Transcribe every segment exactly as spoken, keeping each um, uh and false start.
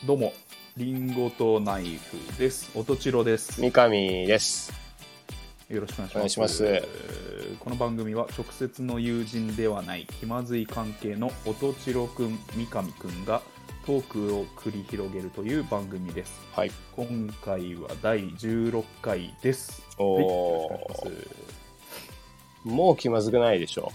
どうも、リンゴとナイフです。おとちろです。 三上です。 よろしくお願いします。 お願いします。 この番組は直接の友人ではない気まずい関係のおとちろくん、三上くんがトークを繰り広げるという番組です。 はい。 今回はだいじゅうろっかいです。 おー、 はい、よろしくお願いします。 もう気まずくないでしょ。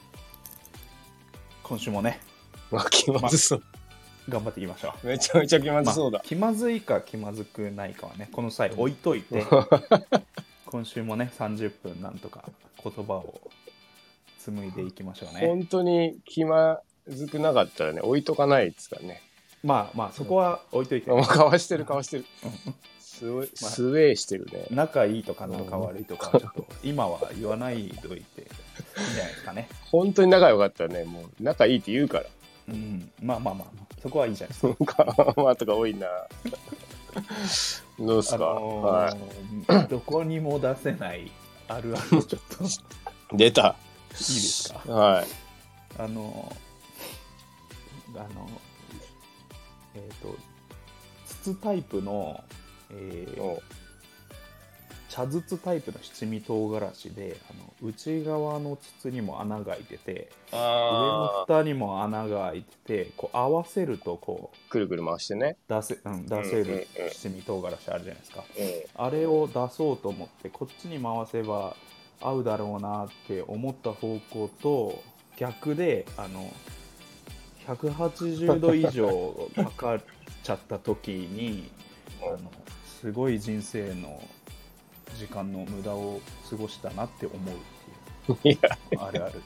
今週もね、 まあ、気まずそう、 ま、頑張っていきましょう。めちゃめちゃ気まずそうだ。 まあ、気まずいか気まずくないかはね、この際置いといて今週もねさんじゅっぷんなんとか言葉を紡いでいきましょうね。 本当に気まずくなかったらね、置いとかないですからね。 まあまあそこは置いといて、 ね、かわしてるかわしてるスウェ、まあ、スウェーしてるね。 仲いいとか仲悪いとかちょっと今は言わないでおいていいんじゃないですかね。 本当に仲良かったらね、もう仲いいって言うから。 うん、まあまあまあそこはいいじゃないですか。 まあとか多いな。どうですか、あのーはい、どこにも出せないあるあるをちょっと出た。 いいですか。 はい。 あのあのえっ、ー、と筒タイプの、えー、茶筒タイプの七味唐辛子で、あの内側の筒にも穴が開いてて、上の蓋にも穴が開いてて、こう合わせるとこうくるくる回してね出せ、うん、出せる七味唐辛子あるじゃないですか、 うんうん、 あれを出そうと思ってこっちに回せば合うだろうなって思った方向と逆で、あのひゃくはちじゅうど以上かかっちゃった時にあのすごい人生の時間の無駄を過ごしたなって思うっていう。いやあるある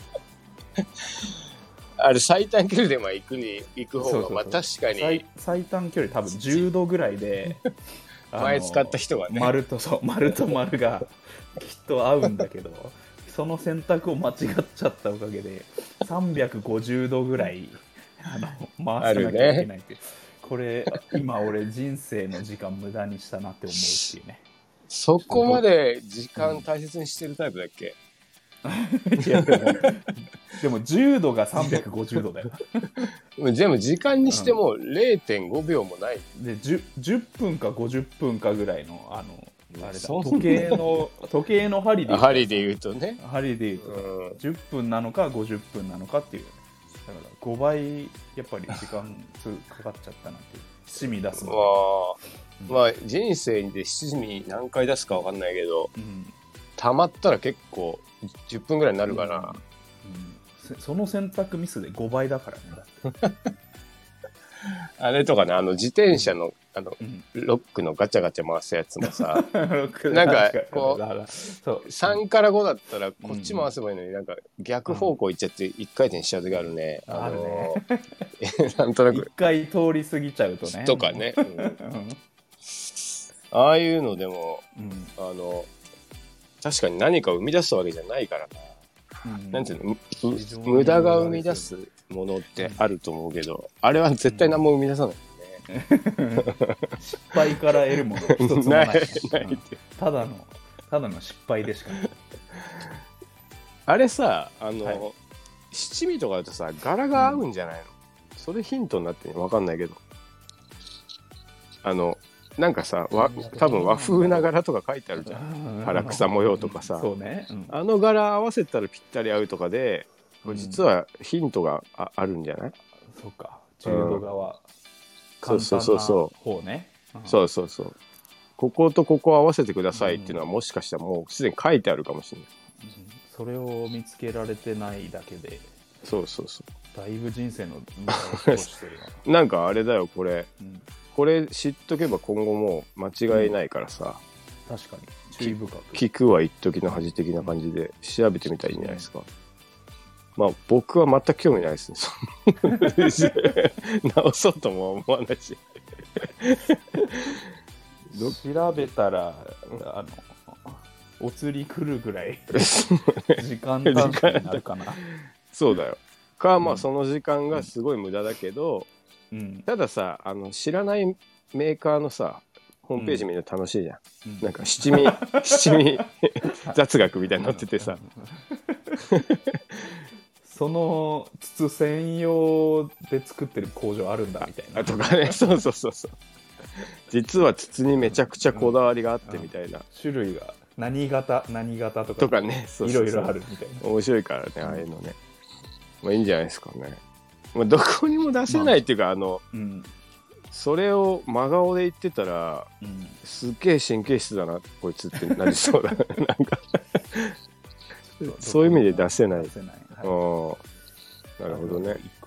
あれ最短距離でも行くに行く方が、そうそうそう、まあ確かに最, 最短距離多分じゅうどぐらいで前使った人はね、 丸とそう丸と丸がきっと合うんだけどその選択を間違っちゃったおかげでさんびゃくごじゅうどぐらいあの回さなきゃいけないっていう、ね、これ今俺人生の時間無駄にしたなって思うっていうね。 そこまで時間大切にしてるタイプだっけ？ いやでもでもじゅうどがさんびゃくごじゅうどだよ全部時間にしても れいてんごびょうもない、 うん、で 10, じゅっぷんかごじゅっぷんかぐらいのあのあれだ時計の時計の針で言うと針で言うとね針で言うと、うん、じゅっぷんなのかごじゅっぷんなのかっていう、だからごばいやっぱり時間かかっちゃったなっていう七味出すの、 まあ、うん、まあ人生で七味何回出すか分かんないけど、うん、溜まったら結構じゅっぷんぐらいになるかな、うんうん、その選択ミスでごばいだからねだってあれとかね、あの自転車の、あの、うん、ロックのガチャガチャ回すやつもさなんかこうさんからごだったらこっち回せばいいのに、なんか逆方向行っちゃっていっかい転しちゃう時あるね、うん、あのー、 あるねなんとなくいっかい通り過ぎちゃうとねとかね、うん、ああいうのでも、うん、あの確かに何かを生み出すわけじゃないからな、うん、なんていうの、無駄が生み出すものってあると思うけど、うん、あれは絶対何も生み出さないね、うん、 失敗から得るもの一つもないないないただのただの失敗でしかないあれさ、あの、はい、七味とかだとさ柄が合うんじゃないの、うん、それヒントになってるの分かんないけど、あのなんかさ、わ多分和風な柄とか書いてあるじゃん、唐草模様とかさ、 そうね、うん、 あの柄合わせたらぴったり合うとかで、これ実はヒントが あ, あるんじゃない？ そうか、じゅうど側、うん、簡単な方ね。 そうそうそう、うん、そうそうそう、こことここ合わせてくださいっていうのは、もしかしたらもうすでに書いてあるかもしれない、 うん、それを見つけられてないだけで、 そうそうそうだいぶ人生の無駄を過ごしてるななんかあれだよこれ、うん、これ知っとけば今後も間違いないからさ、 うん、確かに注意深く聞くは一時の恥的な感じで調べてみたらいいんじゃないですか、うん、まあ僕は全く興味ないですね直そうとも思わないし調べたらあのお釣り来るぐらい時間短縮になるかなそうだよか、まあその時間がすごい無駄だけど、うん、たださ、あの知らないメーカーのさホームページ見るの楽しいじゃん、うん、なんか七味七味雑学みたいになっててさその筒専用で作ってる工場あるんだみたいなとかね、そうそうそうそう。実は筒にめちゃくちゃこだわりがあってみたいな、うん、 種類が何型何型とかとかね、 そうそうそう、いろいろあるみたいな。 面白いからね、ああいうのね、まあいいんじゃないですかね。まあ、どこにも出せないっていうか、まあ、あの、うん、それを真顔で言ってたら、うん、すっげえ神経質だなこいつってなりそうだなんかそういう意味で出せない。出せない、はい、なるほどね。いっこ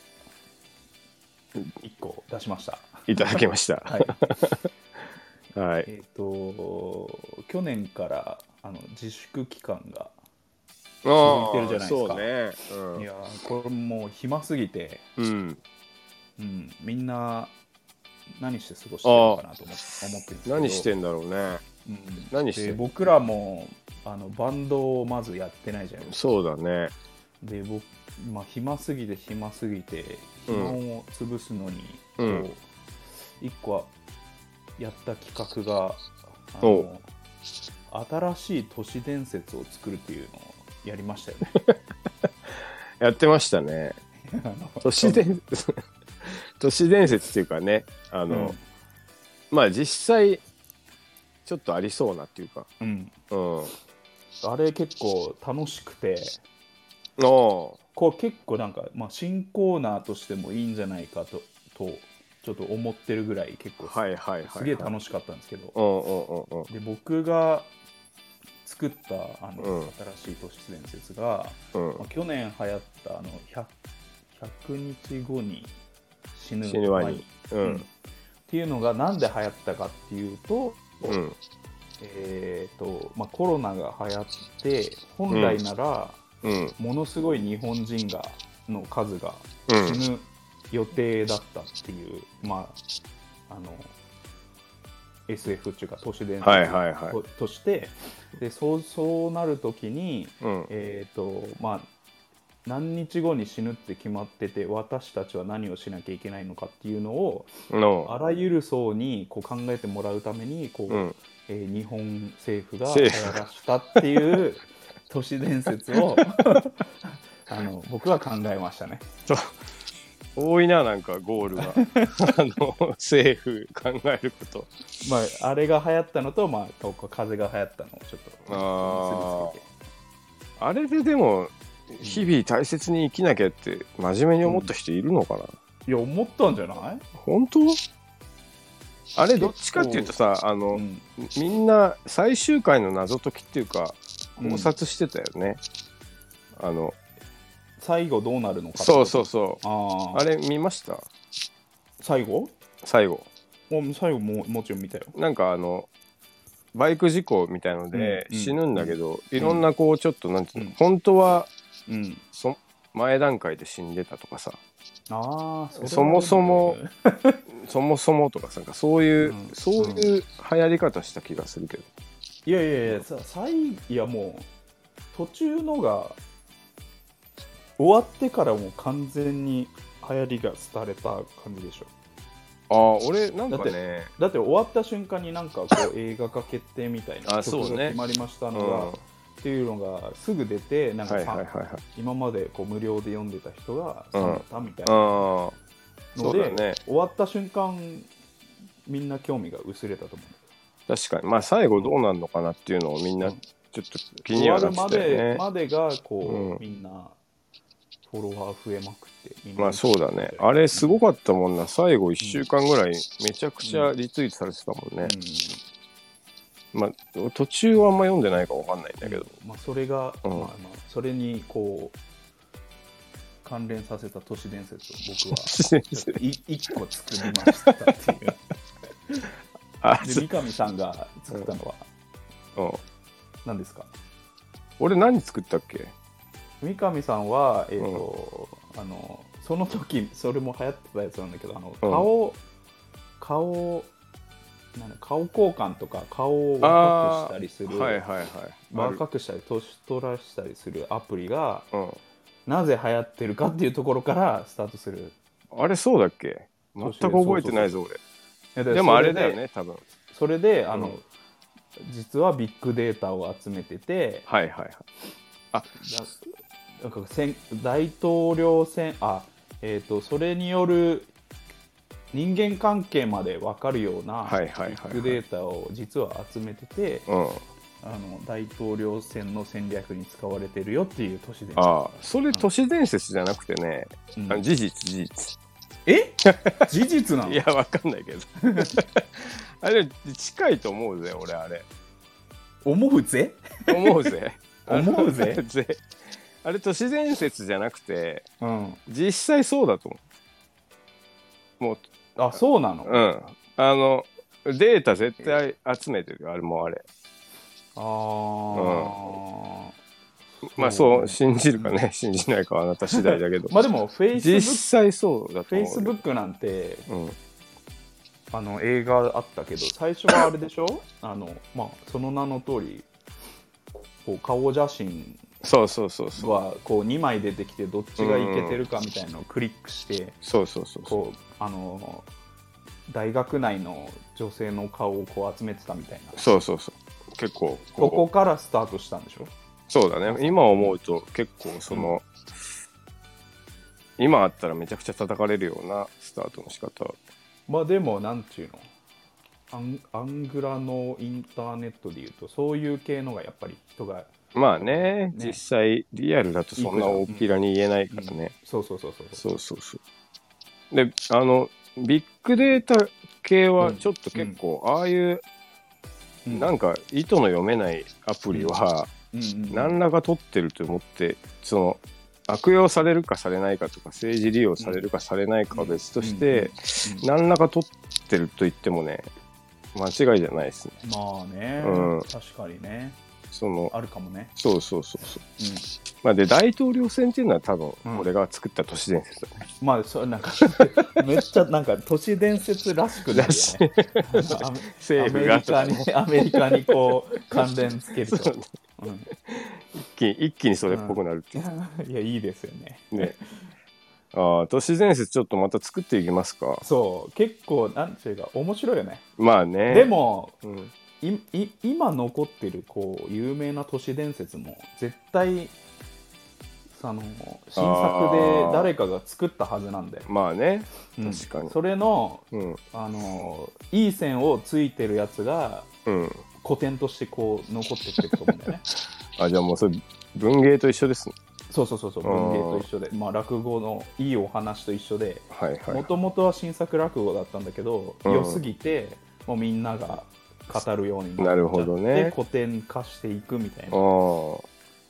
いっこ出しました。 いただきました。はい。はい、 えっ、ー、と去年からあの自粛期間が続いてるじゃないですか。 そうね。うん、 いやこれもう暇すぎて、うんうん、みんな何して過ごしてるのかなと思ってるんですけど。 何してんだろうね。うん、何してんの？ で僕らもあのバンドをまずやってないじゃないですか。 そうだね。 で僕、まあ、暇すぎて暇すぎて暇を潰すのに、うん、こう一個はやった企画があの新しい都市伝説を作るっていうのをやりましたよね。 やってましたね。都市伝説都市伝説っていうかね、あの、うん、まあ実際ちょっとありそうなっていうか、うんうん、 あれ結構楽しくて、こう結構なんか、まあ、新コーナーとしてもいいんじゃないかと、とちょっと思ってるぐらい結構す、はいはいはいはい、すげえ楽しかったんですけど、うんうんうん、で僕が作ったあの、うん、新しい都市伝説が、うんまあ、去年流行ったあの ひゃくにちごに死ぬワニ、うん、っていうのがなんで流行ったかっていうと、うんえーとまあ、コロナが流行って本来なら、うん、ものすごい日本人がの数が死ぬ予定だったっていう、うんまあ、あの エスエフ っていうか都市伝説、はいはいはい、としてで そう、そうなるときに、うんえーとまあ、何日後に死ぬって決まってて私たちは何をしなきゃいけないのかっていうのを、no. あらゆる層にこう考えてもらうためにこう、うんえー、日本政府が流行らしたっていう都市伝説をあの僕は考えましたね。 多いな、なんかゴールがあの政府考えること、 まあ、あれが流行ったのと、まあ、風が流行ったのをちょっと結びつけて、 あれででも日々大切に生きなきゃって真面目に思った人いるのかな、うん、 いや思ったんじゃない？ 本当？あれどっちかっていうとさ、あの、うん、みんな最終回の謎解きっていうか考察してたよね、うん、あの最後どうなるのか。 そうそうそう。あ, あれ見ました？ 最後？ 最後。 最後 も, もちろん見たよ。 なんかあのバイク事故みたいので死ぬんだけど、うんうん、いろんなこうちょっとなんていうの、うん、本当は、うん、そ前段階で死んでたとかさ。あそ, そもそもそもそもとかさ、そういう、うん、そういう流行り方した気がするけど。 いやいやいや、さ最いやもう途中のが終わってからもう完全に流行りが廃れた感じでしょ。 ああ、俺なんかねだって、 だって終わった瞬間になんかこう映画化決定みたいな曲が決まりましたのが、うん、っていうのがすぐ出て、なんか、はいはいはいはい、今までこう無料で読んでた人が冷めたみたいなので、うんうんね、終わった瞬間みんな興味が薄れたと思う。確かに、まあ最後どうなるのかなっていうのをみんなちょっと気にはなってたよね。終わるまで、までがこう、うん、みんなフォロワー増えまくってみんな。 まあそうだね。あれすごかったもんな。最後いっしゅうかんぐらいめちゃくちゃリツイートされてたもんね。うんうん、まあ途中はあんま読んでないかわかんないんだけど。 うん、まあそれが、うん、まあまあそれにこう関連させた都市伝説を僕はいっこ作りましたっていう。あで三上さんが作ったのは、うん、何ですか？ 俺何作ったっけ？ 三上さんは、えーとうん、あのその時それも流行ってたやつなんだけど、あの顔、うん、顔なん顔交換とか顔を若くしたりする、はいはいはい、若くしたり年取らしたりするアプリが、うん、なぜ流行ってるかっていうところからスタートする。 あれそうだっけ？全く覚えてないぞ俺。でもあれだよね多分。 それであの、うん、実はビッグデータを集めてて、 はいはいはい。あなんか選大統領選あえっ、ー、とそれによる人間関係まで分かるようなビッグデータを実は集めてて、 うん、 あの大統領選の戦略に使われてるよっていう都市伝説。 ああ、それ都市伝説じゃなくてね、うん、あの事実事実。 え事実なの？ いや分かんないけどあれ近いと思うぜ俺あれ。 思うぜ思うぜ思うぜあれ都市伝説じゃなくて、 うん、 実際そうだと思う。もうあ、そうなの？ うん。あのデータ絶対集めてるよあれもあれ。 ああ、 うん、まあそう信じるかね、うん、信じないかはあなた次第だけどまあでもフェイスブック実際そうだと思う。 フェイスブックなんて、 うん、 あの映画あったけど最初はあれでしょあの、まあ、その名の通りこう顔写真そうそうそうそうはこうにまい出てきてどっちがイケてるかみたいなのをクリックして、うん、 そうそうそうこうあの大学内の女性の顔をこう集めてたみたいな。 そうそうそう結構ここからスタートしたんでしょ。 そうだね。今思うと結構その、うん、今あったらめちゃくちゃ叩かれるようなスタートの仕方。 まあでもなんていうのアン、アングラのインターネットでいうとそういう系のがやっぱり人がまあね、ね実際リアルだとそんな大っぴらに言えないからね、うんうん、 そうそうそうそうそうそうそうであのビッグデータ系はちょっと結構、うん、ああいうなんか意図の読めないアプリは何らか取ってると思ってその悪用されるかされないかとか政治利用されるかされないかは別として何らか取ってると言ってもね間違いじゃないですね。 まあね、うん、確かにねそのあるかもね。 そうそうそうそう、うんまあ、で大統領選っていうのは多分俺が作った都市伝説だね、 うん、まあそれなんかめっちゃなんか都市伝説らしくないよね政府がとか、ね、アメリカにこう関連つけると、うん、 一気に一気にそれっぽくなるっていう、 うん、いやいいですよね。 ねあ都市伝説ちょっとまた作っていきますか。 そう結構なんていうか面白いよね。 まあねでも、 うんいい今残ってるこう有名な都市伝説も絶対その新作で誰かが作ったはずなんだよ。 まあね、 うん、 確かにそれの、 うん、 あのいい線をついてるやつが、うん、古典としてこう残ってってると思うんだよねあじゃあもうそれ文芸と一緒ですね。 そうそうそうそう文芸と一緒で、まあ、落語のいいお話と一緒でもともとは新作落語だったんだけど、うん、良すぎてもうみんなが語るようになっちゃって、ね、古典化していくみたいな同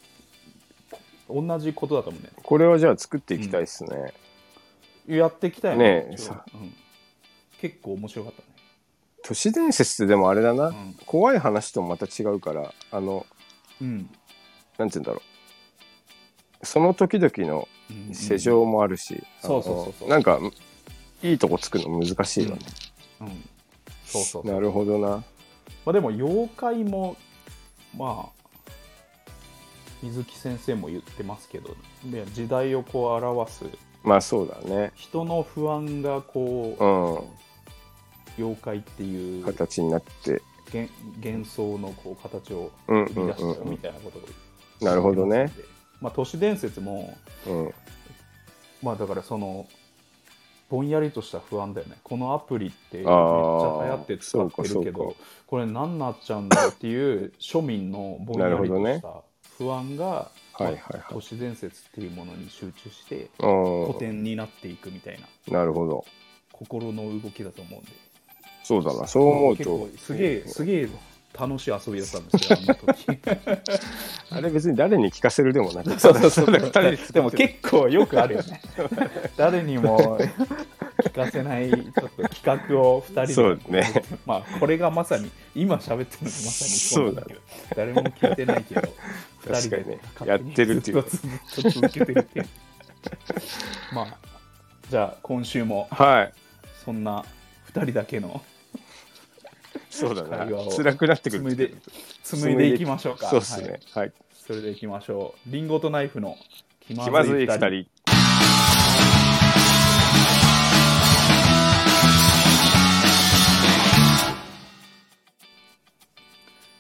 じことだと思うんだよね。 これはじゃあ作っていきたいですね、 うん、やっていきたいね、 うん、結構面白かったね。 都市伝説ってでもあれだな、うん、怖い話ともまた違うからあの、 うん、 なんて言うんだろうその時々の世情もあるし、 そうそうそうそうなんかいいとこ作るの難しいよね、 うんうん、そうそうそうなるほどな。 まあ、でも妖怪もまあ水木先生も言ってますけど時代をこう表すまあそうだね人の不安がこう、うん、妖怪っていう形になって幻想のこう形を生み出しちゃうみたいなことを言ってますので、 なるほどね。 まあ、都市伝説も、 うん、 まあだからそのぼんやりとした不安だよね。このアプリってめっちゃ流行って使ってるけどこれ何になっちゃうんだろうっていう庶民のぼんやりとした不安が、 はいはいはい、 都市伝説っていうものに集中して古典になっていくみたいななるほど心の動きだと思うんで。 そうだなそう思うと結構すげえすげえ楽しい遊びだったんですよあの時あれ別に誰に聞かせるでもなくそうそうそうでも結構よくあるよね誰にも聞かせないちょっと企画をふたりでそうねまあこれがまさに今喋ってるのがまさにそうなんだけど誰も聞いてないけどふたりで、 ね、やってるっていうずっと続けてるっていうまあじゃあ今週もそんなふたりだけのそうだな辛くなってくる紡いで紡いでいきましょうか。 そうですね、はい、 それでいきましょう。リンゴとナイフの気まずいふたり。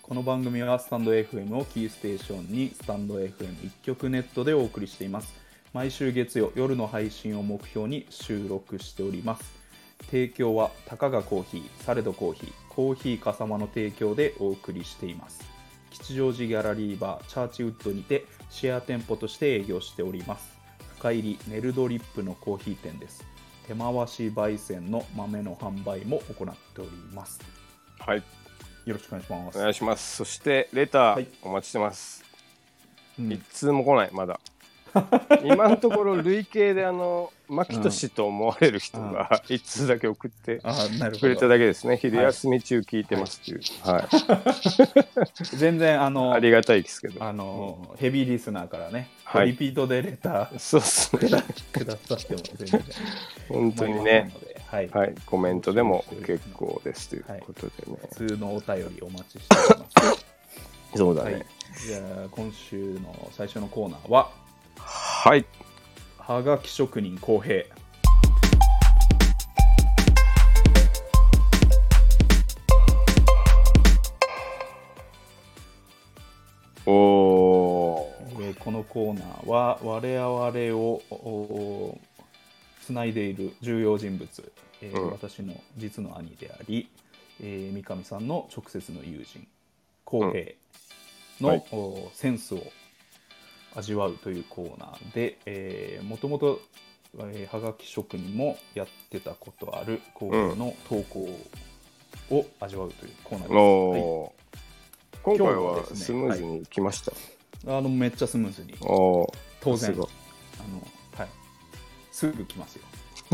この番組はスタンド エフエム をキーステーションにスタンド エフエム 一曲ネットでお送りしています。毎週月曜夜の配信を目標に収録しております。提供はたかがコーヒー、サレドコーヒー、コーヒーかさまの提供でお送りしています。吉祥寺ギャラリーバーチャーチウッドにてシェア店舗として営業しております。深入りネルドリップのコーヒー店です。手回し焙煎の豆の販売も行っております。 はい、 よろしくお願いします。 お願いします。そしてレターお待ちしてます、はい、うん、一通も来ない。まだ今のところ累計であのマキトシと思われる人が一通だけ送ってくれただけですね。昼休み中聞いてますっていう、はいはい、全然あのありがたいですけど、 あの、うん、ヘビーリスナーからね、はい、リピートでレターそうっすねくださっても全然本当にね、はいはい、コメントでも結構ですということでね、 はい、普通のお便りお待ちしておりますそうだね、はい、 じゃあ今週の最初のコーナーは、 はい、 はがき職人公平。 おー、このコーナーは我々をつないでいる重要人物、えーうん、私の実の兄であり、えー、三上さんの直接の友人公平の、うん、はい、センスを味わうというコーナーで、えー、もともと、えー、はがき職人もやってたことある公平の投稿を味わうというコーナーです、 うんはい、今回はスムーズに来ました、 はい、あのめっちゃスムーズにお当然あの、はい、すぐ来ますよ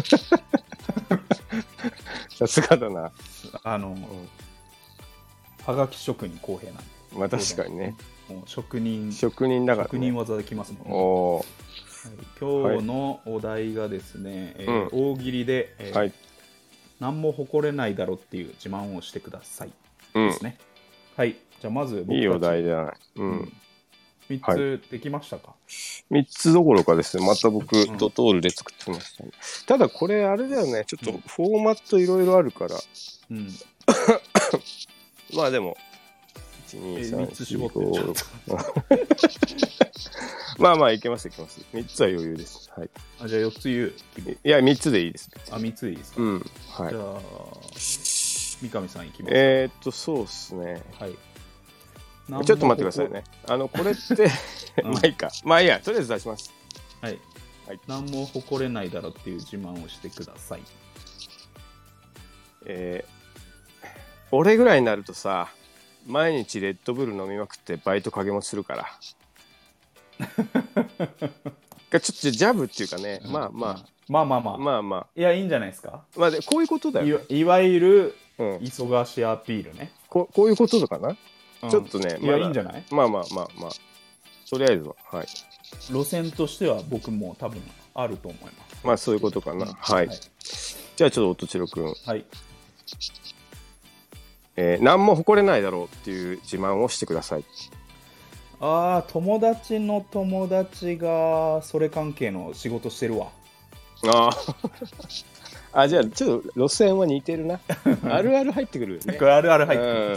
さすがだな。 あの、うん、はがき職人公平なんで、 まあ確かにね、 もう職人職人だから、ね、 職人技できますもんね。 お、はい、 今日のお題がですね、はい、えーうん、大喜利で、えーはい、何も誇れないだろっていう自慢をしてください、うん、ですね。はい、じゃあまず僕たちいいお題じゃない、うん、 みっつできましたか？はい、 みっつどころかですね、また僕、うん、ドトールで作ってましたね。ただこれあれだよね、ちょっとフォーマットいろいろあるから、うん、まあでもいち、に、さん、よん、ごまあまあいけますいけます。みっつは余裕です。はい、 あ、じゃあよっつ言う。 いやみっつでいいです。 あ、みっつでいいですか。 うん、はい、 じゃあ三上さんいきますか。 えー、っとそうっすね、 はい、 ちょっと待ってくださいね。あのこれってまあいいか、まあいいや、とりあえず出します。 はい、はい、何も誇れないだろっていう自慢をしてください。 えー、俺ぐらいになるとさ、毎日レッドブル飲みまくってバイト掛け持ちするからちょっとジャブっていうかね、まあまあまあまあまあまあまあいやいいんじゃないですか。 まあでこういうことだよ、ね、 い, いわゆる忙しアピールね、 うん、こ, こういうことだかな、うん、ちょっとね、 いやいいんじゃない。 まあまあまあまあとりあえずは、はい、 路線としては僕も多分あると思います。 まあそういうことかな、うん、はい、はい、じゃあちょっと音千代くん、 はい、 えー、何も誇れないだろうっていう自慢をしてください。 ああ、友達の友達がそれ関係の仕事してるわ。 ああじゃあちょっと路線は似てるなあるある入ってくるよね。 あるある入ってくる、うん、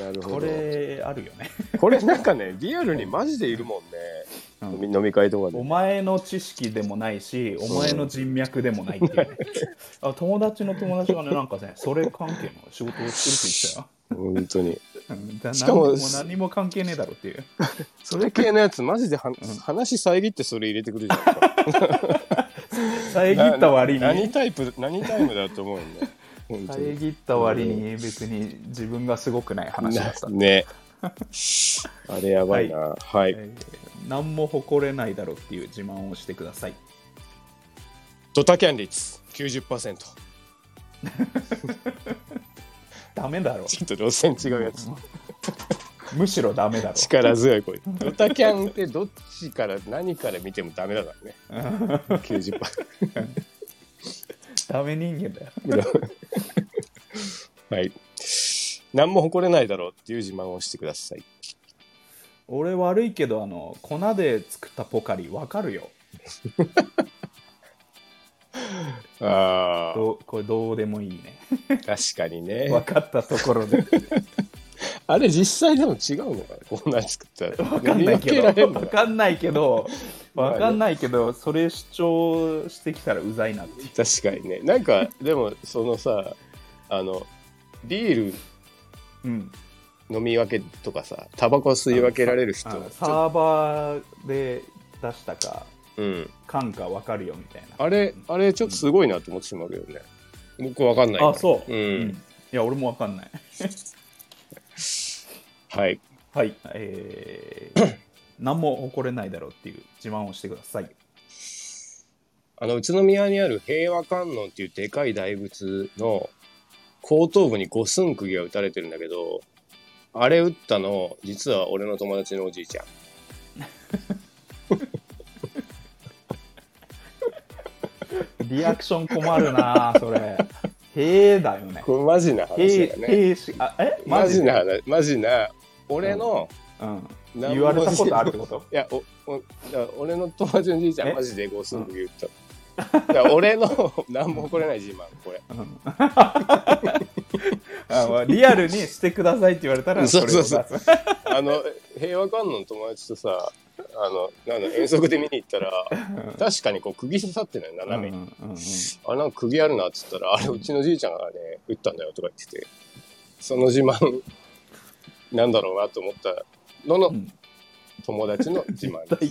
なるほど。 これあるよねこれなんかねリアルにマジでいるもんね、うん、飲み会とかで。 お前の知識でもないしお前の人脈でもないっていう、ね、うん、あ友達の友達がねなんかねそれ関係の仕事をしてるって言ってたよ。 本当にしかももう何も関係ねえだろっていうそれ系のやつマジでは、うん、話遮ってそれ入れてくるじゃないですか遮った割に何タイプ何タイムだと思うんだよ遮った割に別に自分がすごくない話だったねあれやばいな。はい、はい、えー、何も誇れないだろうっていう自慢をしてください。 ドタキャン率 きゅうじゅっパーセントダメだろ。 ちょっと路線違うやつむしろダメだろ。 力強い声。ドタキャンってどっちから何から見てもダメだからねきゅうじゅっパーセントダメ人間だよはい、何も誇れないだろうっていう自慢をしてください。 俺悪いけどあの粉で作ったポカリ分かるよあどこれどうでもいいね確かにね分かったところであれ実際でも違うのかな、こんなに作ったら。 わかんないけど、わかんないけど、わかんないけど、それ主張してきたらうざいなって。 確かにね。なんかでもそのさ、あのビール、うん、飲み分けとかさ、タバコ吸い分けられる人、 サーバーで出したか、うん、缶か分かるよみたいな。 あれあれちょっとすごいなと思ってしまうけどね。うん、僕分かんない。 あ、そう。うん。うん、いや俺も分かんない。 はい。 はい。えー、何も誇れないだろうっていう自慢をしてください。 あの宇都宮にある平和観音っていうでかい大仏の後頭部に五寸釘が打たれてるんだけど、あれ打ったの実は俺の友達のおじいちゃん。 リアクション困るなそれ。へえだよね。 これマジな話だよね。 へえしあえマジな話、マジな俺の、 うんうん、言われたことあるってこと？ いや、おお俺の友達のじいちゃんマジで五寸釘打った。だから俺の何も誇れない自慢これ、うん、 あリアルにしてくださいって言われたらそれを出す。 そうそうそうあの平和観音の友達とさ、あのなんだ遠足で見に行ったら確かにこう釘刺さってない斜めに、うんうんうん、あなんか釘あるなっつったら、あれうちのじいちゃんがね打ったんだよとか言ってて、その自慢なんだろうなと思ったのの、うん、友達の自慢です。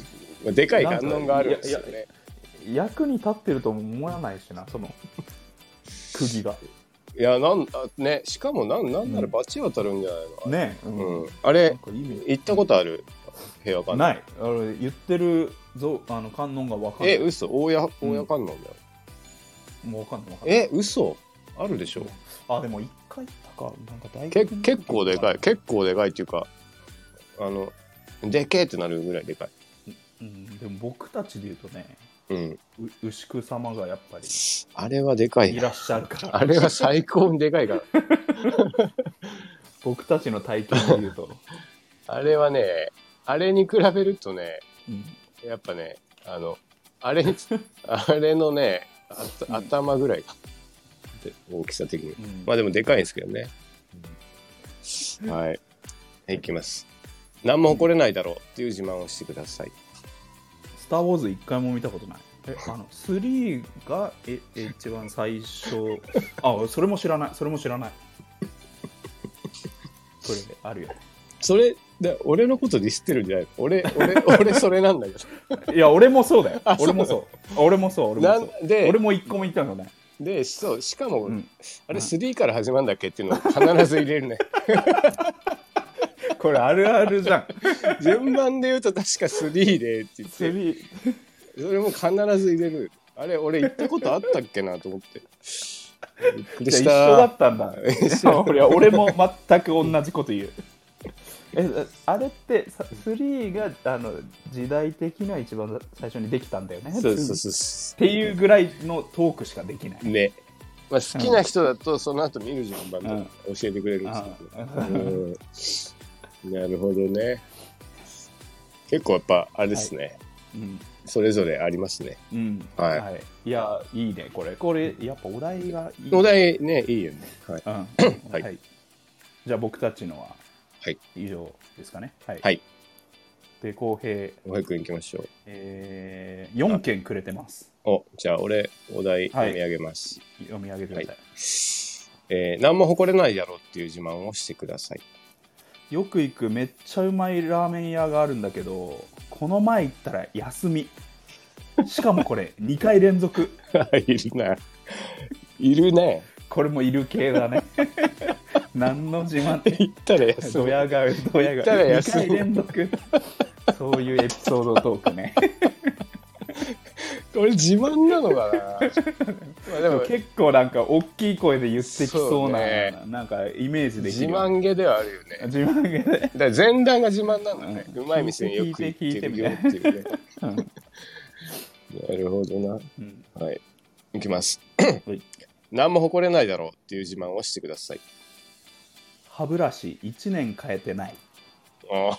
でかい観音があるんですよね。 役に立ってるとも思わないしな、その釘が。 いやなんね、しかもなんなんなら罰当たるんじゃないの、 うん、ね、うんうん、あれ行ったことある平和観音？ ない。あれ言ってるぞあの観音がわかんない。 え嘘、大谷大谷観音だよ。 うん、もうわかんないわかんない。 え嘘あるでしょ。 あでも一回行ったかなんか大学け結構でかい結構でかいっていうか、あのでけえってなるぐらいでかい。 うん、でも僕たちで言うとね、 うん、 牛久様がやっぱりあれはでかいいらっしゃるからあれは最高にでかいから僕たちの体験で言うとあれはね、あれに比べるとね、うん、やっぱねあのあれあれのねあうん、頭ぐらいか大きさ的に、うん、まあでもでかいんですけどね、うん、はい、いきます。何も誇れないだろうっていう自慢をしてください。 スター・ウォーズ一回も見たことない。えあのスリーがえ一番最初。あそれも知らないそれも知らないそれあるよ。 それで俺のことディスってるんじゃないの？俺俺俺それなんだけどいや俺もそうだよ。俺もそう俺もそう俺もそうで俺も一個も言ったのね。 でそうしかも、うん、あれスリーから始まるんだっけっていうのを必ず入れるねこれあるあるじゃん。 順番で言うと確かスリーでって言ってスリーそれも必ず入れる。あれ俺言ったことあったっけなと思ってびっくりした。 一緒だったんだ俺, 俺も全く同じこと言うえあれってスリーがあの時代的には一番最初にできたんだよね。 そうそうそうっていうぐらいのトークしかできないね。まあ、好きな人だとその後見る順番も教えてくれるんですけど、うん、なるほどね。結構やっぱあれですね、はい、うん、それぞれありますね、 うんはいはい、いやいいねこれこれやっぱお題がいい、 お題ねいいよね、はい、 うんはいはい、じゃあ僕たちのは以上ですかね。はい、はい、で公平おはくんいきましょう。 えー、よんけんくれてます。 おじゃあ俺お題読み上げます、 はい、読み上げてください、はい、 えー、何も誇れないだろうっていう自慢をしてください。 よく行くめっちゃうまいラーメン屋があるんだけどこの前行ったら休みしかもこれにかい連続いるないるね。 これもいる系だね何の自慢って言ったら休みドヤ顔ドヤ顔にかい連続そういうエピソードトークねこれ自慢なのかなまあでも結構なんか大きい声で言ってきそうな、ね、なんかイメージできる。 自慢げではあるよね。 自慢げでだから前段が自慢なんだね、うん、うまい店によく行ってるよっていうね、うん、なるほどな、うん、はいいきます、はい、何も誇れないだろうっていう自慢をしてください。 歯ブラシいちねん変えてない。 あ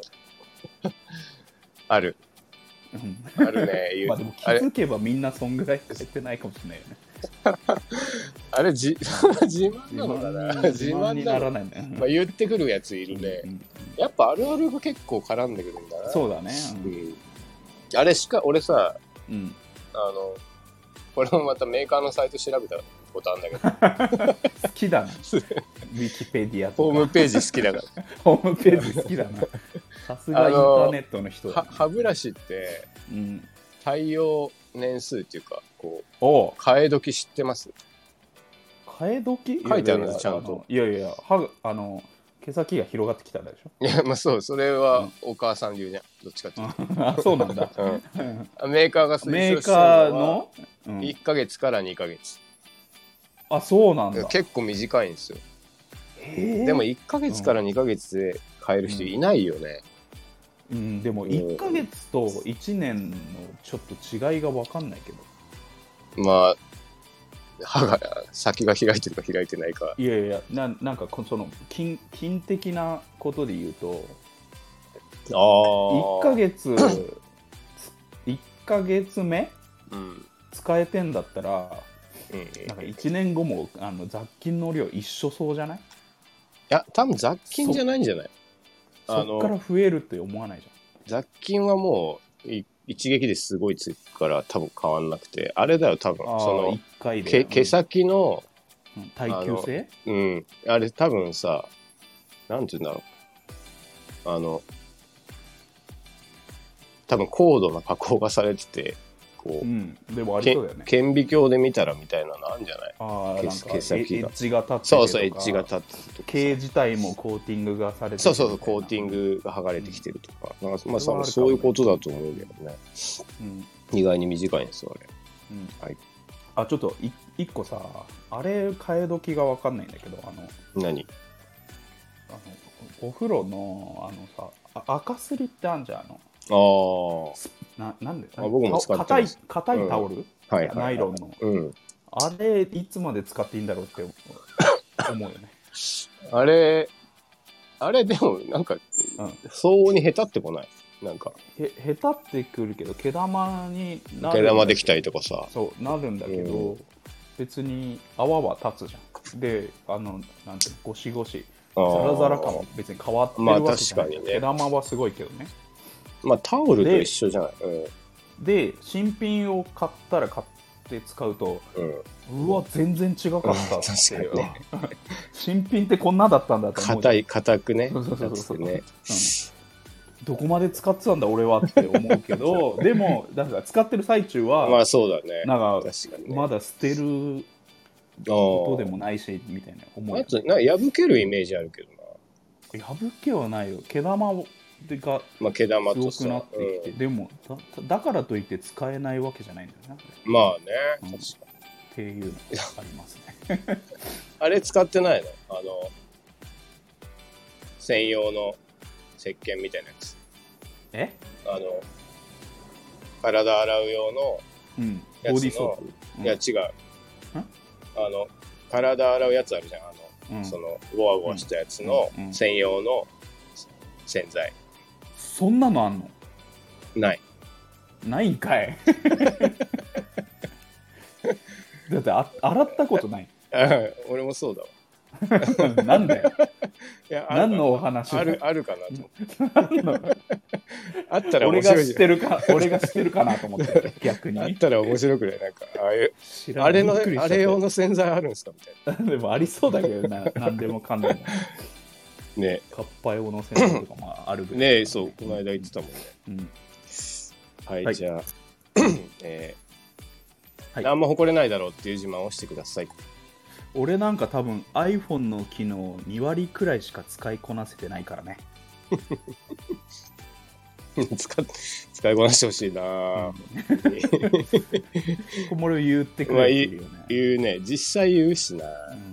あるあるね。 まあでも気づけばみんなそんぐらい変えてないかもしれないよね。 あれじ自慢なのかな。 自慢にならないね。 まあ、言ってくるやついるね、うんうんうん、やっぱあるあるが結構絡んでくるんだな。 そうだね、 うんうん、あれしか俺さ、うん、あのこれもまたメーカーのサイト調べたことあるんだけど好きだなウィキペディアとかホームページ好きだからホームページ好きだなさすがインターネットの人だ、ね、 歯ブラシって、うん、対応年数っていうかこう替え時知ってます？ 替え時書いてあるんですちゃんと。 いやいや歯あの毛先が広がってきたでしょ。 いやまあそうそれはお母さん流じゃん、どっちかっていうとあそうなんだ、 うん、メーカーが推奨してるのはいっかげつからにかげつ、 あそうなんだ。 結構短いんですよ。でもいっかげつからにかげつで変える人いないよね、 うん、うん、でもいっかげつといちねんのちょっと違いが分かんないけど、 まあ歯が先が開いてるか開いてないか。 いやいや な, なんかその 金, 金的なことで言うとあいっかげついっかげつめ、うん、使えてんだったら、うん、なんかいちねんごもあの雑菌の量一緒そうじゃない？いや多分雑菌じゃないんじゃない？ そっから増えるって思わないじゃん。雑菌はもう一撃ですごいつくから多分変わんなくて、あれだよ多分そのいっかいで毛, 毛先の、 うん、耐久性、 あうんあれ多分さなんて言うんだろう、あの多分高度な加工がされててこう、うん、 でもありそうだよね。 顕微鏡で見たらみたいなのあるんじゃない？ あ毛毛先がエッジが立ってるとか、 そうそうエッジが立ってるとか、 毛自体もコーティングがされてる、 そうそうそうコーティングが剥がれてきてるとか、うん、なんかまあそ, そういうことだと思うんだよね、うん、意外に短いんですよあれ、うんはい、 あちょっと一個さあれ替え時が分かんないんだけど、あの何あのお風呂のあのさあ赤すりってあんじゃん、あのあななんであ僕も使ってます。 硬いタオル、うんはいはいはい、ナイロンの、うん、あれいつまで使っていいんだろうって思うよねあれあれでもなんか、うん、相応に下手ってこない？なんかへ下手ってくるけど毛玉になる毛玉できたりとかさそうなるんだけど、うん、別に泡は立つじゃん。であのなんていうのゴシゴシザラザラ感も別に変わってるわけじゃない、まあ、確かにね、毛玉はすごいけどね。 まあタオルと一緒じゃない。うんで新品を買ったら買って使うと、うん、うわ全然違かったっていう、うんね、新品ってこんなだったんだと思う。 硬い硬くね。 そうそうそうそう、ねうん、どこまで使ってたんだ俺はって思うけどでもだから使ってる最中はまあそうだね。 なんか確かに、ね、まだ捨てることでもないしみたいな思う。 あとなんか破けるイメージあるけどな。破けはないよ。毛玉をがすごくなってきて、まあうん、でも だ, だからといって使えないわけじゃないんだよね。 まあね、 うん、確かにっていうのがありますねあれ使ってないの？あの専用の石鹸みたいなやつ。 え？ あの体洗う用のやつの、うん、ボディーソープ、うん、いや違うあの体洗うやつあるじゃん、あの、うん、そのゴワゴワしたやつの専用の洗剤。 そんなのあんの？ ないないんかいだってあ洗ったことない俺もそうだわなんだよいや何のお話あるあるかなと思ってあったら面白い。俺が知ってるか俺が知ってるかなと思って逆にあったら面白くない？なんかああいうあれのあれ用の洗剤あるんですかみたいなでもありそうだけどな何でもかんでもね、 カッパ用の洗剤とかもあるぐらいね。そうこの間言ってたもんね、うん、はい、はい、じゃあ、えーはい、何も誇れないだろうっていう自慢をしてください。 俺なんか多分 iPhone の機能に割くらいしか使いこなせてないからね使, 使いこなしてほしいな、うん、 これを言ってくれるよね、 まあ、言うね実際言うしな、うん、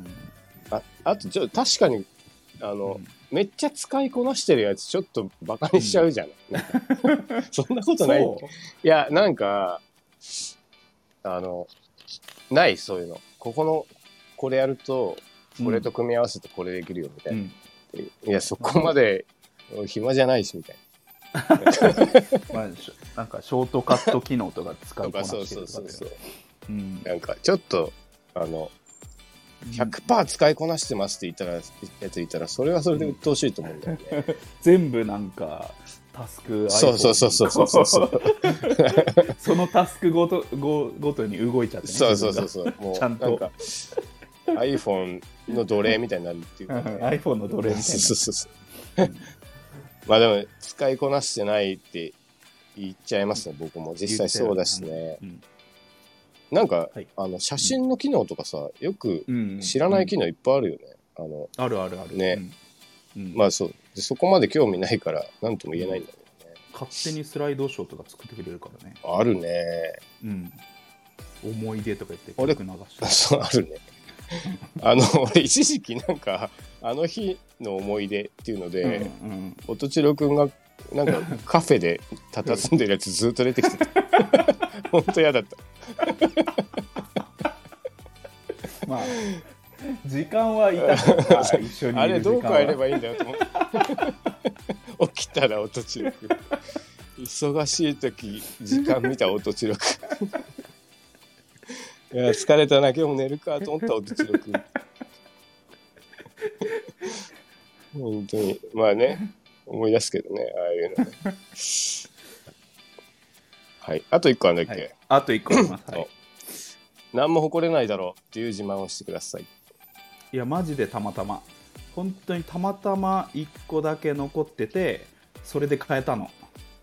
あ, あとちょ確かにあの、うん、めっちゃ使いこなしてるやつちょっとバカにしちゃうじゃん、うん、そんなことない。いやなんかあのないそういうの。ここのこれやるとこれと組み合わせてこれできるよみたいな、うん、いやそこまで暇じゃないしみたいなまあ、なんかショートカット機能とか使うこなしてるとかで、 そうそうそうそう、うん、なんかちょっとあの ひゃくパーセント 使いこなしてますって言ったらやついたらそれはそれで鬱陶しいと思うんだよね。 全部なんかタスク、 そうそうそうそうそうそうそのタスクごと ご, ごとに動いちゃって、ね、 そうそうそうそうもうちゃんとなんか iPhone の奴隷みたいになるっていうか、ね、 iPhone の奴隷みたいな。 そうそうそうまあでも使いこなしてないって言っちゃいますね、僕も実際そうだしね、うん、なんか、はい、あの写真の機能とかさ、よく知らない機能いっぱいあるよね、あのあるあるあるね、うんうん、まあそうでそこまで興味ないから何とも言えないんだけどね、 勝手にスライドショーとか作ってくれるからね。 あるね、 うん、思い出とか言って曲流してそうあるねあの俺一時期なんかあの日の思い出っていうので、うんうん、音千代くんがなんかカフェで佇んでるやつずっと出てきてた本当嫌だったまあ時間はいたから一緒にいる時間はあれどう変えればいいんだよと思って起きたら音千代くん忙しい時時間見た音千代くんいや疲れたな今日も寝るかと思った音千代くん本当にまあね思い出すけどねああいうのねはいあといっこあるんだっけ、はい、 あといっこあります、はい、 何も誇れないだろうっていう自慢をしてください。 いやマジでたまたま本当にたまたまいっこだけ残っててそれで変えたの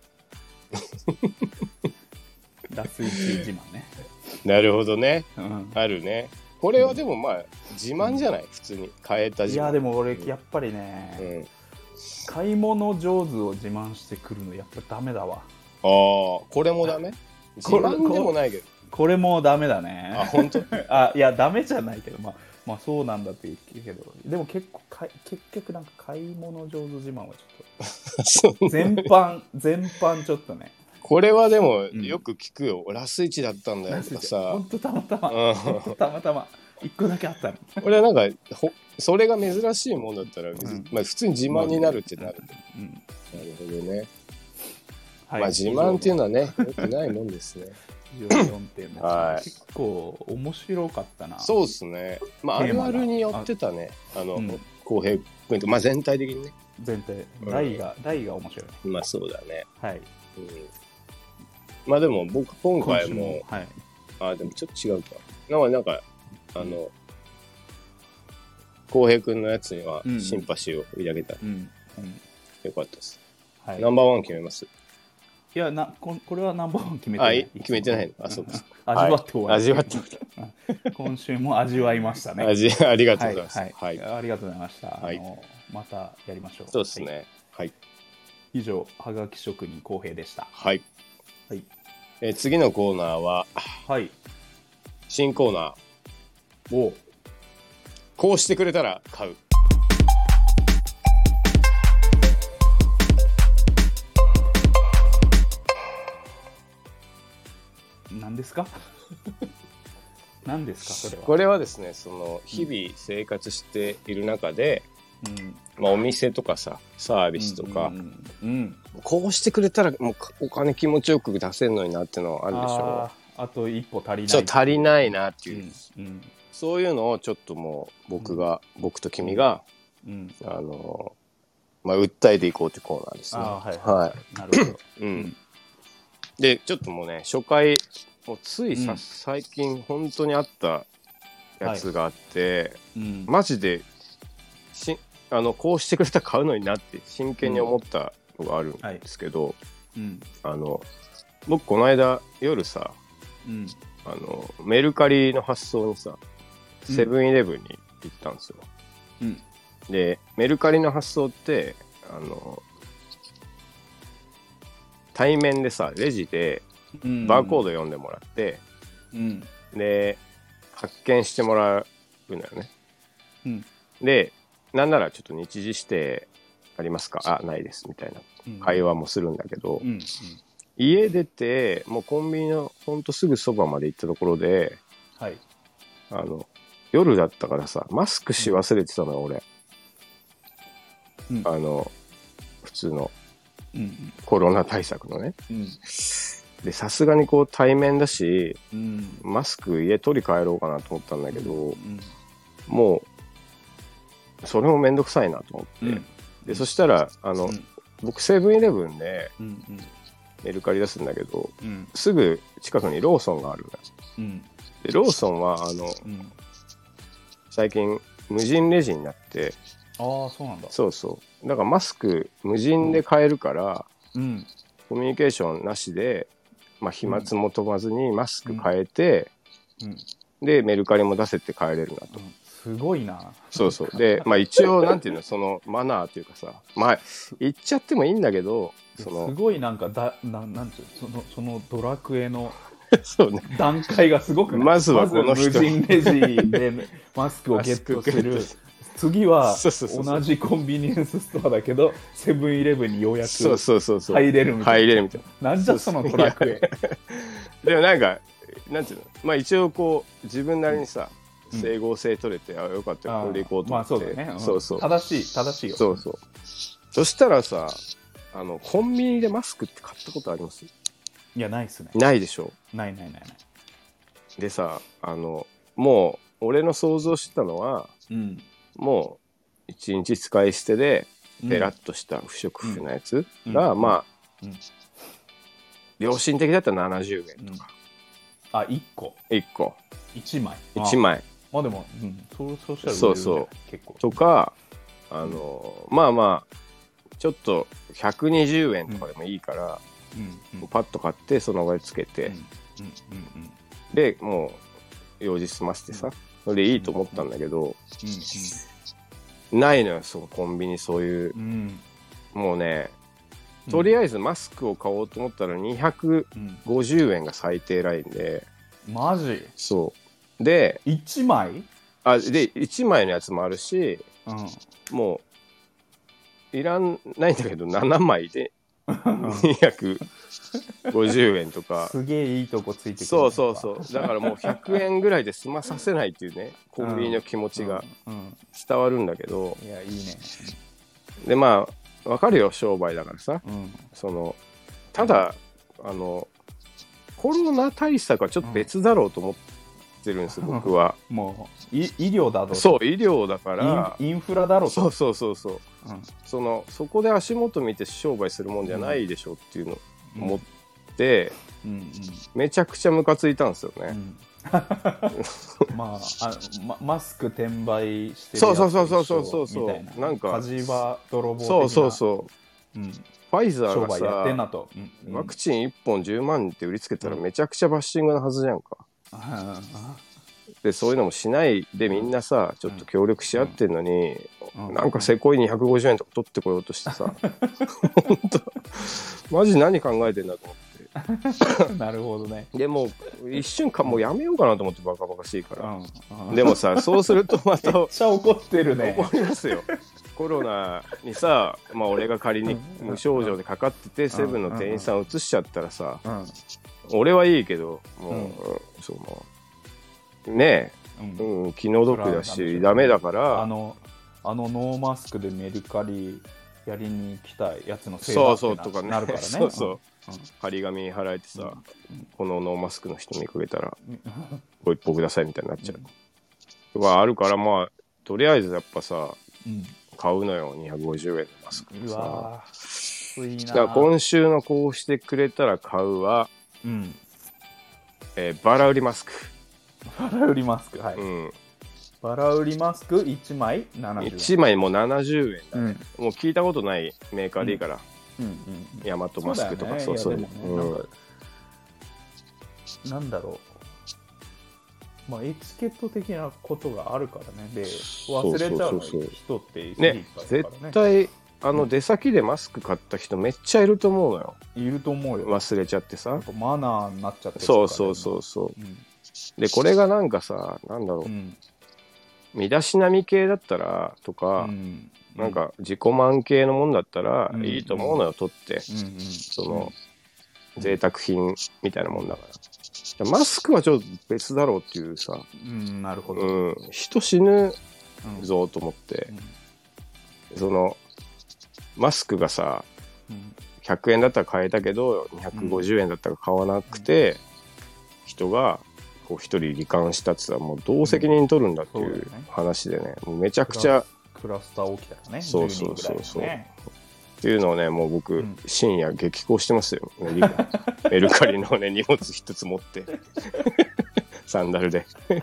ラスイチ自慢ね。 なるほどね、うん、あるね。これはでもまあ自慢じゃない、うん、普通に変えた自慢。 いやでも俺やっぱりね、うん、買い物上手を自慢してくるのやっぱダメだわ。ああこれもダメ？自慢でもないけどこれもダメだね。 あ本当？ あいやダメじゃないけどまあまあそうなんだって言うけどでも結構か結局なんか買い物上手自慢はちょっと全般全般ちょっとね。 これはでもよく聞くよ、うん、ラスイチだったんだよとかさほんとたまたま、うん、たまたまいっこだけあったの。 俺はなんかほそれが珍しいもんだったら、うんまあ、普通に自慢になるってなる、うんうん、なるほどね、はい、まあ自慢っていうのはねよくないもんですねじゅうよんてんはい、結構面白かったな。 そうですね、まあ、あるあるによってたねあの、うん、公平君と、まあ、全体的にね全体大が、うん、大が面白い。 まあそうだねはい、うんまあでも僕今回も、もはい、あでもちょっと違うか。なんかなんかあの浩平君のやつにはシンパシーを抱けた、うんうんうん、よかったです、はい。ナンバーワン決めます。 いやな こ, これはナンバーワン決めてない。 あ決めてないの。あそうです。 味わって終わり、はい、 味わって今週も味わいましたね。 味ありがとうございます。はい、 はいはい、ありがとうございました。はい、あのまたやりましょう。 そうですね。はい。 以上はがき職人浩平でした。 はい。 はいえー、次のコーナーは、 はい、 新コーナーをこうしてくれたら買う。 何ですか何ですかそれは。 これはですねその日々生活している中で、うんまあ、お店とかさサービスとか、うんうんうん、こうしてくれたらもうお金気持ちよく出せるのになっていうのはあるでしょう。 あ, あと一歩足りない。 ちょっと足りないなっていう、うんうん、そういうのをちょっともう僕が、うん、僕と君が、うん、あのまあ訴えていこうってコーナーですね。あ、はいはいはい、なるほど、うん、でちょっともうね初回もうついさ、うん、最近本当にあったやつがあって、はいうん、マジでしあのこうしてくれたら買うのになって真剣に思ったのがあるんですけど、うんはいうん、あの僕この間夜さ、うん、あのメルカリの発送にさセブンイレブンに行ったんですよ、うん、でメルカリの発送ってあの対面でさレジでバーコード読んでもらって、うん、で発券してもらうのよね、うん、でなんならちょっと日時指定ありますか、あないですみたいな会話もするんだけど、うんうん、家出てもうコンビニのほんとすぐそばまで行ったところで、はい、あの夜だったからさマスクし忘れてたのよ俺、うん、あの普通のコロナ対策のね、うん、 でさすがにこう対面だし、 うん、 マスク家取り帰ろうかなと思ったんだけど、うん、もうそれもめんどくさいなと思って、うん、でそしたらあの、うん、僕セブンイレブンでメルカリ出すんだけど、うん、すぐ近くにローソンがあるんだよ、うん、でローソンはあの、うん、最近無人レジになって、 ああそうなんだ。 そうそうだからマスク無人で買えるから、うん、コミュニケーションなしで、まあ、飛沫も飛ばずにマスク変えて、うんうん、でメルカリも出せて帰れるなと、うん、 すごいな。 そうそうで、まあ、一応なんていうのそのマナーというかさ、まあ言っちゃってもいいんだけど、そのすごいなんかだななんていうそのそのドラクエのそうね、 段階がすごくない？ まずはこの人、 まず無人レジでマスクをゲットする次は同じコンビニエンスストアだけどセブンイレブンにようやく入れるみたいな。 入れるみたいな。なんじゃそのドラクエ。 でもなんかなんていうの、まあ一応こう自分なりにさ、うん、整合性取れて、あよかったよこれでいこうと思って、まあそうだね、うん、そうそう正しい正しいよ。 そうそう。そしたらさ、あのコンビニでマスクって買ったことあります？ いやないっすね。 ないでしょ。 ないないないない。 でさ、あのもう俺の想像してたのは、うん、もう一日使い捨てでペラッとした不織布のやつが、うん、まあ、うん、良心的だったらななじゅうえんとか、 うん、あいっこいっこいちまいいちまい、 まあでも、うん、そうそうしたらそうそう結構とか、あの、うん、まあまあちょっとひゃくにじゅうえんとかでもいいから、うんうん、パッと買ってその場でつけて、うんうんうんうん、でもう用事済ませてさ、うん、それでいいと思ったんだけど、うんうんうん、ないのよそのコンビニそういう、うん、もうねとりあえずマスクを買おうと思ったらにひゃくごじゅうえんが最低ラインで、 うん、マジ？ そうでいちまい？ あでいちまいのやつもあるし、うん、もういらんないんだけどななまいでにひゃくごじゅうえんとかすげえいいとこついてくる。 そうそうそうだからもうひゃくえんぐらいで済まさせないっていうねコンビニの気持ちが伝わるんだけど、 うんうん、いやいいね。 でまあわかるよ商売だからさ、うん、そのただあのコロナ対策はちょっと別だろうと思ってるんですよ、うん、僕はもう医療だろう。 そう医療だからイン、インフラだろうと。 そうそうそうそう、うん、そのそこで足元見て商売するもんじゃないでしょっていうのを思って、うんうんうん、めちゃくちゃムカついたんですよね、うん、 まあ、あまマスク転売してるそうそうそうそうそうそうそうみたいな、なんか火事場泥棒的なそうそうそう、うん、ファイザーがさやってんなと、うんうん、 ワクチンいっぽんじゅうまんって売りつけたらめちゃくちゃバッシングなはずじゃんか、うん、でそういうのもしないでみんなさちょっと協力し合ってんのに、うんうん、なんかせこいにひゃくごじゅうえんとか取ってこようとしてさ本当マジ何考えてんだと思ってなるほどね。 でも一瞬かもうやめようかなと思ってバカバカしいから、うん、でもさそうするとまためっちゃ怒ってるね。 怒りますよコロナにさ、まあ、俺が仮に無症状でかかっててセブンの店員さん移しちゃったらさ、うん、俺はいいけどもう、うん、そのねえ、うんうん、気の毒だしダメだからあのあのノーマスクでメルカリやりに来たやつのせいだって な, そうそう、ね、 なるからね。 そうそう、うん、張り紙貼られてさ、うん、このノーマスクの人見かけたらご一報くださいみたいになっちゃう、うん、はあるからまあとりあえずやっぱさ、うん、買うのよにひゃくごじゅうえんのマスクさ。うわーいいな。 だから今週のこうしてくれたら買うは、うんえー、バラ売りマスクバラ売りマスクはい、うん、バラ売りマスクいちまいななじゅうえんいちまいもななじゅうえんだね、うん、もう聞いたことないメーカーでいいから、うんうんうん、ヤマトマスクとかそうそう、ね、そういうの、ね、 うん、なんだろう、まあ、エチケット的なことがあるからね。で忘れちゃう人っていっぱいいるからね。 絶対あの出先でマスク買った人めっちゃいると思うのよ。 いると思うよ。 忘れちゃってさマナーになっちゃってるから、ね、 そうそうそうそう、うん、でこれがなんかさなんだろう、うん、身だしなみ系だったらとか、うん、なんか自己満系のもんだったらいいと思うのよ、うん、取って、うんうん、その、うん、贅沢品みたいなもんだからマスクはちょっと別だろうっていうさ、 うん、なるほど、 うん、人死ぬぞと思って、うん、そのマスクがさ、うん、 ひゃくえんだったら買えたけどにひゃくごじゅうえんだったら買わなくて、うん、人がこう一人罹患したってさ、もうどう責任取るんだっていう話でね、うん、もうめちゃくちゃクラスター起きたらね、 そうそうそうそう、ね、っていうのをね、もう僕、うん、深夜激高してますよ、メルカリのね荷物一つ持ってサンダルで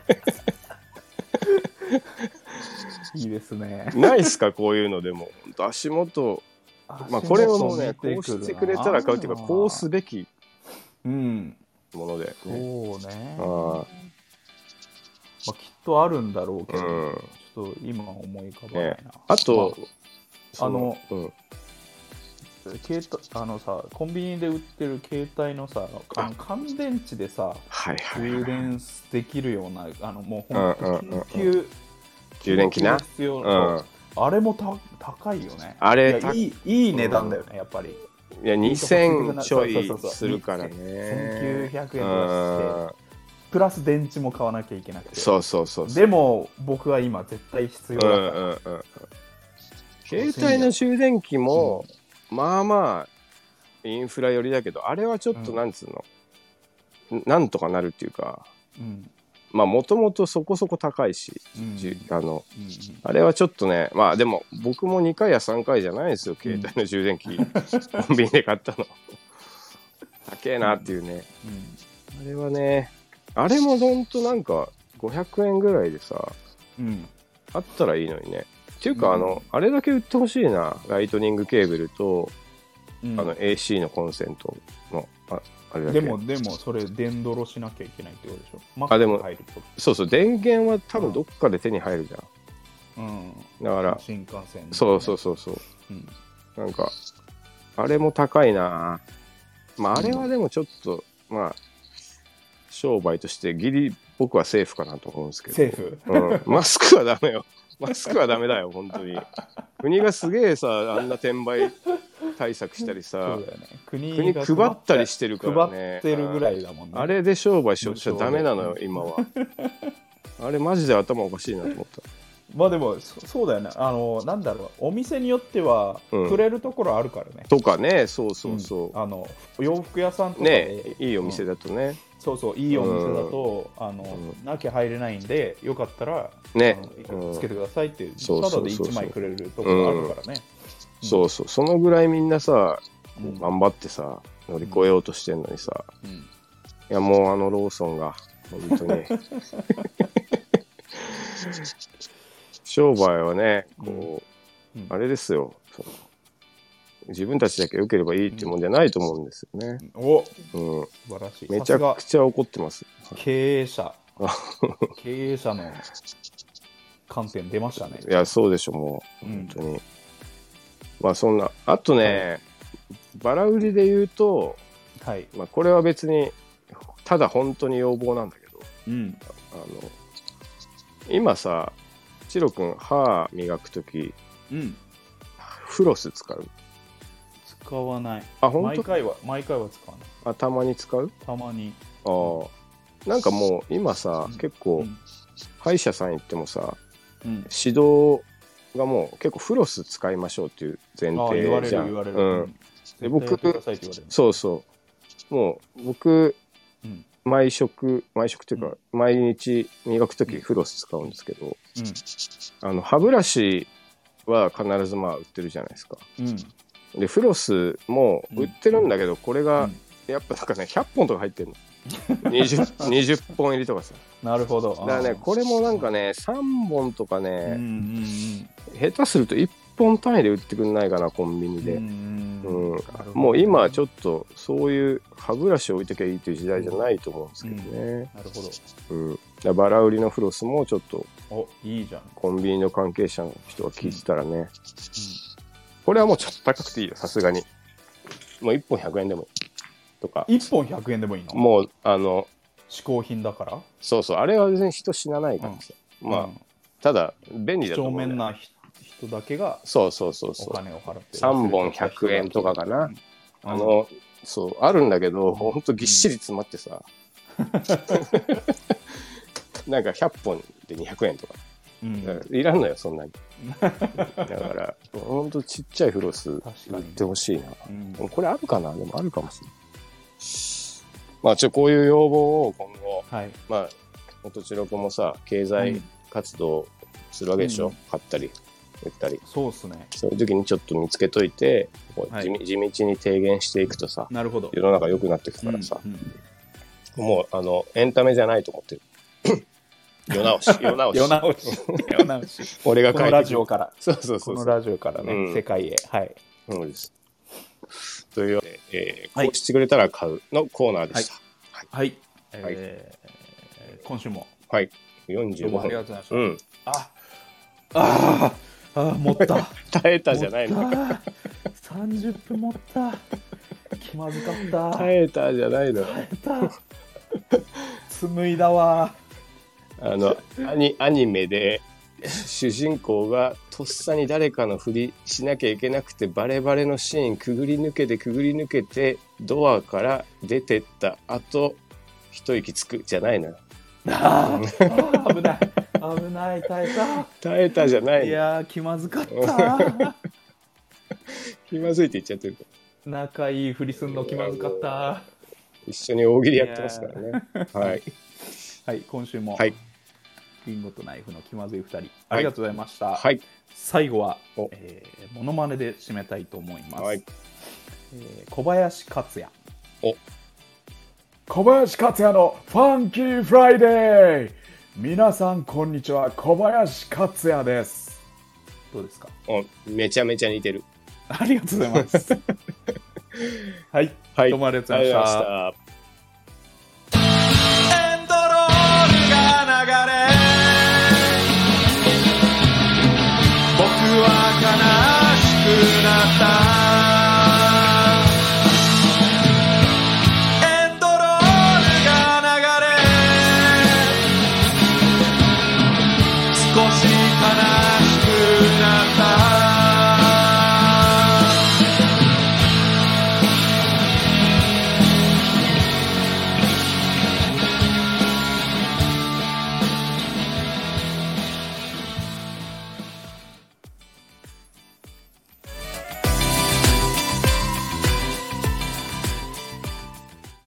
いいですね。 ないっすかこういうの。でも足元、まあこれをもうねこうしてくれたら買うっていうか、こうすべきもので、ね、 うん、そうね。あ、まあ、きっとあるんだろうけど、うん、ちょっと今思い浮かばないな、ね、 あと、 まあ、あの、うん、携帯あのさコンビニで売ってる携帯のさ、あの乾電池でさ、 はいはいはい、 充電できるような、あのもうほんと緊急充電器な、 必要、うん、あれもた高いよね。 あれいい、いい値段だよね、うん、やっぱり。 いやにせんちょいするからね。せんきゅうひゃくえんとかして、プラス電池も買わなきゃいけなくて。 そうそうそうそう。 でも僕は今絶対必要だから、うんうんうん、 携帯の充電器も、うん、まあまあインフラ寄りだけど、あれはちょっとなんつうの、うん、なんとかなるっていうか、うん、まあもともとそこそこ高いし、うん、あの、うんうん、あれはちょっとね、まあでも僕もにかいやさんかいじゃないですよ、携帯の充電器、うん、コンビニで買ったの高えなっていうね、うんうん、あれはね、あれもほんとなんかごひゃくえんぐらいでさ、うん、あったらいいのにね。っていうか、うん、あのあれだけ売ってほしいな、ライトニングケーブルと、うん、あの エーシー のコンセントの あ, あれだけ。 でもでもそれ電ドロしなきゃいけないってことでしょ。 マックが入ると。そうそう、電源は多分どっかで手に入るじゃん、うん、だから新幹線、ね、 そうそうそうそう、うん、なんかあれも高いな。まああれはでもちょっと、うん、まあ商売としてギリ僕はセーフかなと思うんですけど。 セーフ、 うん、マスクはダメよ。マスクはダメだよ本当に。国がすげえさ、あんな転売対策したりさ、 そうだよね、国国配ったりしてるからね。 配ってるぐらいだもんね。 あれで商売しちゃダメなのよ今は。あれマジで頭おかしいなと思った。 まあでも そ, そうだよね、あのなんだろう、お店によってはくれるところあるからね、 うん、とかね、そうそうそう、 うん、あの洋服屋さんとかで、 ね、いいお店だとね、うん、 そうそう、いいお店だと、うん、あの、うん、なきゃ入れないんでよかったら、 ね、 つけてくださいって、うん、ただでいちまいくれるところあるからね、 うん、そうそう、そのぐらいみんなさ、うん、頑張ってさ乗り越えようとしてんのにさ、うん、いやもうあのローソンが本当に商売はね、こう、うん、あれですよ、その自分たちだけ良ければいいっていうもんじゃないと思うんですよね。 うん、お、 うん、 素晴らしい。 めちゃくちゃ怒ってます。 経営者経営者の観点出ましたね。 いや、そうでしょ、もう、うん、本当に。まあそんな、あとね、バラ売りで言うと、はい、まあこれは別にただ本当に要望なんだけど、うん、あの今さ、チロ君歯磨くとき、うん、フロス使う？ 使わない。 あ、本当？ 毎回は毎回は使わない。 あ、たまに使う？ たまに。 ああ、なんかもう今さ、うん、結構、うん、歯医者さん行ってもさ、うん、指導がもう結構フロス使いましょうっていう前提じゃん。あ、言われる言われる。うん。で僕、そうそう、もう僕、うん、毎食毎食というか、うん、毎日磨くときフロス使うんですけど、うん、あの歯ブラシは必ずまあ売ってるじゃないですか、うん、でフロスも売ってるんだけど、うん、これがやっぱなんかねひゃっぽんとか入ってるの20, にじゅっぽん入りとかさ。 なるほど。 だからねこれもなんかねさんぼんとかね、うんうんうん、下手するといっぽん単位で売ってくんないかなコンビニで、うん、うん、もう今ちょっとそういう歯ブラシを置いときゃいいという時代じゃないと思うんですけどね、うん、なるほど、うん、だバラ売りのフロスもちょっとおいいじゃん、 コンビニの関係者の人が聞いてたらね、うんうん、これはもうちょっと高くていいよさすがに、もういっぽんひゃくえんでもいいとか。 いっぽんひゃくえんでもいいの？ もうあの嗜好品だから。 そうそう、あれは全然人死なないからさ、うん、まあ、うん、ただ便利だと思う、ね、 正面な人だけがそうそうそうそうお金を払ってさんぼんひゃくえんとかかな、うん、あのそうあるんだけどほんとぎっしり詰まってさ、うん、なんかひゃっぽんでにひゃくえんとかうん、いらんのよそんなにだからほんとちっちゃいフロス売ってほしいな、うん、これあるかな。でもあるかもしれない。まあちょこういう要望を今後、はい、まあ元千代子もさ経済活動するわけでしょ、うん、買ったり売ったり。 そうっすね。 そういう時にちょっと見つけといて、こう 地, はい、地道に提言していくとさ、 なるほど、 世の中良くなっていくからさ、うんうん、もうあのエンタメじゃないと思ってる。世直し世直し世直し世直し俺がこのラジオからそうそうそうこのラジオからね、うん、世界へ。はいそうです。というわけで、えー、こうしてくれたら買うのコーナーでした。 はい、はいはいえー、今週もはいよんじゅうごふん。 ありがとうございました。 うん、 あああ持った耐えたじゃないのさんじゅっぷん持った気まずかった。 耐えたじゃないの耐えた紡いだわ。 あのアニ、アニメで主人公がとっさに誰かのふりしなきゃいけなくてバレバレのシーンくぐり抜けてくぐり抜けてドアから出てった後一息つくじゃないのよ。 ああ危ない危ない耐えた耐えたじゃないの。 いやー気まずかった気まずいって言っちゃってる。 仲いいふりすんの気まずかった。 一緒に大喜利やってますからね。はいはい、今週も、 はい、 リンゴとナイフの気まずいふたり、ありがとうございました。 はい、 最後は、えー、モノマネで締めたいと思います。はいえー、小林克也。 お小林克也のファンキーフライデー。皆さんこんにちは、小林克也です。 どうですか。 おめちゃめちゃ似てる。 ありがとうございます。はい、はい、どうもありがとうございました。僕は悲しくなった